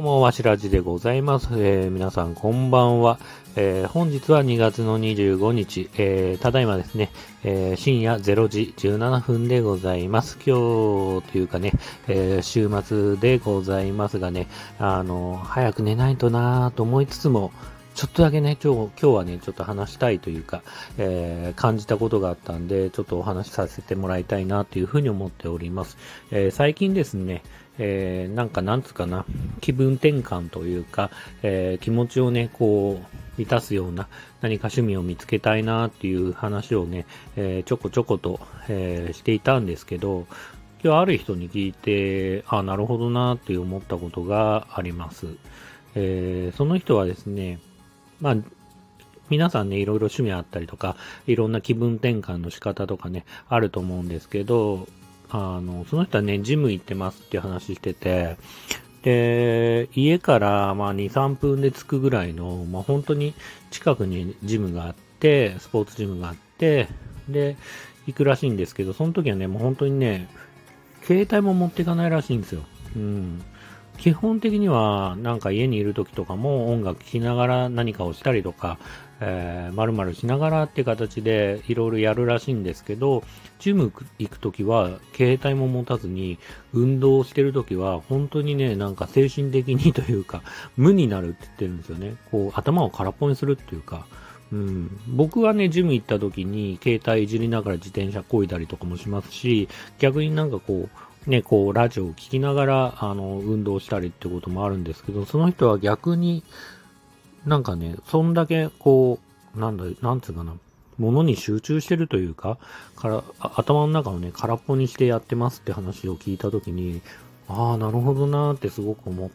も、わしらじでございます。皆さんこんばんは。本日は2月の25日、ただいまですね、深夜0時17分でございます。今日というかね、週末でございますがね、早く寝ないとなぁと思いつつも、ちょっとだけね、今日はね、ちょっと話したいというか、感じたことがあったんで、ちょっとお話しさせてもらいたいなというふうに思っております。最近ですね、なんつうかな、気分転換というか、気持ちをね、こう、満たすような何か趣味を見つけたいなっていう話をね、ちょこちょこと、していたんですけど、今日ある人に聞いて、なるほどなって思ったことがあります。その人はですね、まあ、皆さんね、いろいろ趣味あったりとか、いろんな気分転換の仕方とかね、あると思うんですけど、その人はね、ジム行ってますっていう話してて、で、家からまあ2、3分で着くぐらいの、まあ本当に近くにジムがあって、スポーツジムがあって、で、行くらしいんですけど、その時はね、もう本当にね、携帯も持っていかないらしいんですよ。うん。基本的には、なんか家にいる時とかも音楽聴きながら何かをしたりとか、〇〇しながらって形でいろいろやるらしいんですけど、ジム行く時は携帯も持たずに、運動してる時は本当にね、なんか精神的にというか、無になるって言ってるんですよね。こう、頭を空っぽにするっていうか、うん、僕はね、ジム行った時に携帯いじりながら自転車漕いだりとかもしますし、逆になんかこう、ね、こう、ラジオを聞きながら、運動したりってこともあるんですけど、その人は逆に、なんかね、そんだけ、こう、なんつうかな、ものに集中してるというか、頭の中をね、空っぽにしてやってますって話を聞いたときに、なるほどなーってすごく思って、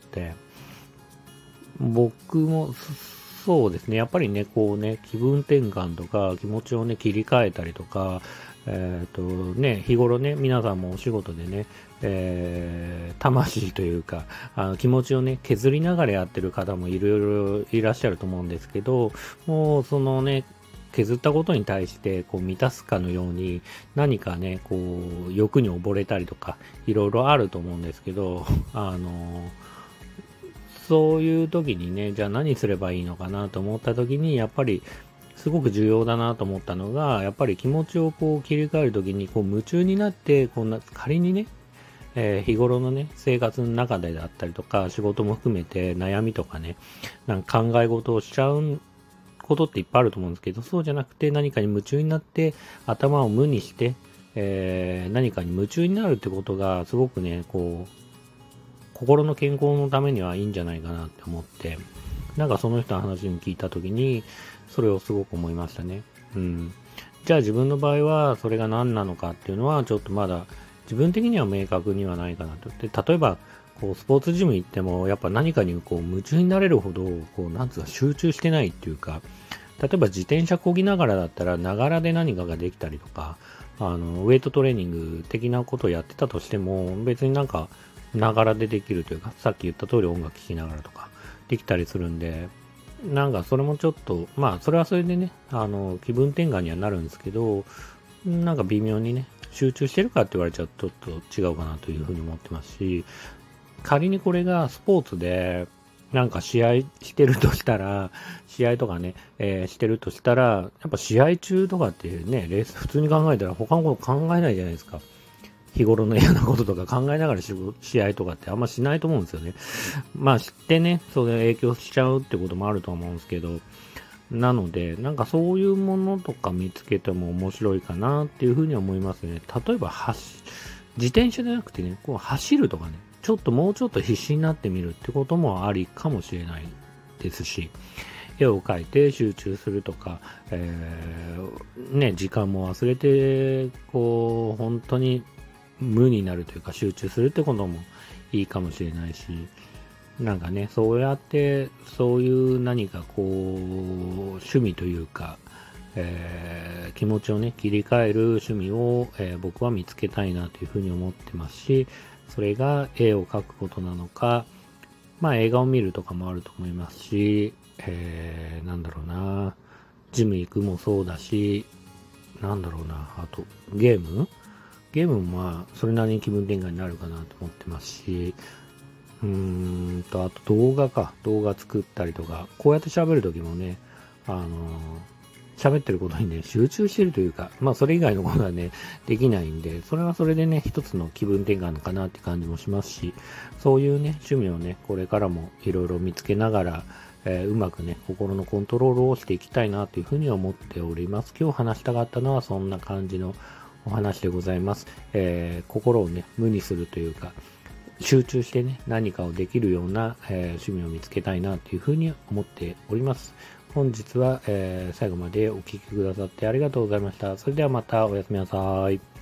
僕も、そうですね。やっぱりね、こうね、気分転換とか、気持ちをね、切り替えたりとか、日頃ね、皆さんもお仕事でね、魂というか、気持ちをね、削りながらやってる方もいろいろいらっしゃると思うんですけど、もうそのね、削ったことに対してこう満たすかのように何かね、こう欲に溺れたりとかいろいろあると思うんですけど、そういう時にね、じゃあ何すればいいのかなと思った時に、やっぱりすごく重要だなと思ったのが、やっぱり気持ちをこう切り替える時にこう夢中になって、仮にね、日頃のね、生活の中でだったりとか、仕事も含めて悩みとかね、なんか考え事をしちゃうことっていっぱいあると思うんですけど、そうじゃなくて何かに夢中になって頭を無にして、何かに夢中になるってことがすごくね、こう、心の健康のためにはいいんじゃないかなって思って、なんかその人の話に聞いたときに、それをすごく思いましたね。うん。じゃあ自分の場合はそれが何なのかっていうのはちょっとまだ自分的には明確にはないかなと。で、例えば、こうスポーツジム行ってもやっぱ何かにこう夢中になれるほど、こうなんつうか集中してないっていうか、例えば自転車漕ぎながらだったら、ながらで何かができたりとか、ウェイトトレーニング的なことをやってたとしても、別になんか、ながらでできるというか、さっき言った通り音楽聴きながらとか、できたりするんで、なんかそれもちょっと、まあ、それはそれでね、気分転換にはなるんですけど、なんか微妙にね、集中してるかって言われちゃうとちょっと違うかなというふうに思ってますし、仮にこれがスポーツで、なんか試合してるとしたら、試合とかね、してるとしたら、やっぱ試合中とかってね、レース普通に考えたら他のこと考えないじゃないですか。日頃の嫌なこととか考えながら試合とかってあんましないと思うんですよね。まあ知ってね、それ影響しちゃうってこともあると思うんですけど、なので、なんかそういうものとか見つけても面白いかなっていうふうに思いますね。例えば自転車じゃなくてね、こう走るとかね、もうちょっと必死になってみるってこともありかもしれないですし、絵を描いて集中するとか、時間も忘れて、こう、本当に無になるというか集中するってこともいいかもしれないし、なんかね、そうやって、そういう何かこう、趣味というか、気持ちをね、切り替える趣味を、僕は見つけたいなというふうに思ってますし、それが絵を描くことなのか、まあ映画を見るとかもあると思いますし、なんだろうな、ジム行くもそうだし、なんだろうな、あと、ゲームもまあ、それなりに気分転換になるかなと思ってますし、 あと動画作ったりとか、こうやって喋るときもね、喋ってることにね、集中してるというか、まあそれ以外のことはね、できないんで、それはそれでね、一つの気分転換かなって感じもしますし、そういうね、趣味をね、これからもいろいろ見つけながら、うまくね、心のコントロールをしていきたいなというふうに思っております。今日話したかったのはそんな感じのお話でございます。心をね、無にするというか、集中してね、何かをできるような、趣味を見つけたいなというふうに思っております。本日は、最後までお聞きくださってありがとうございました。それではまたおやすみなさい。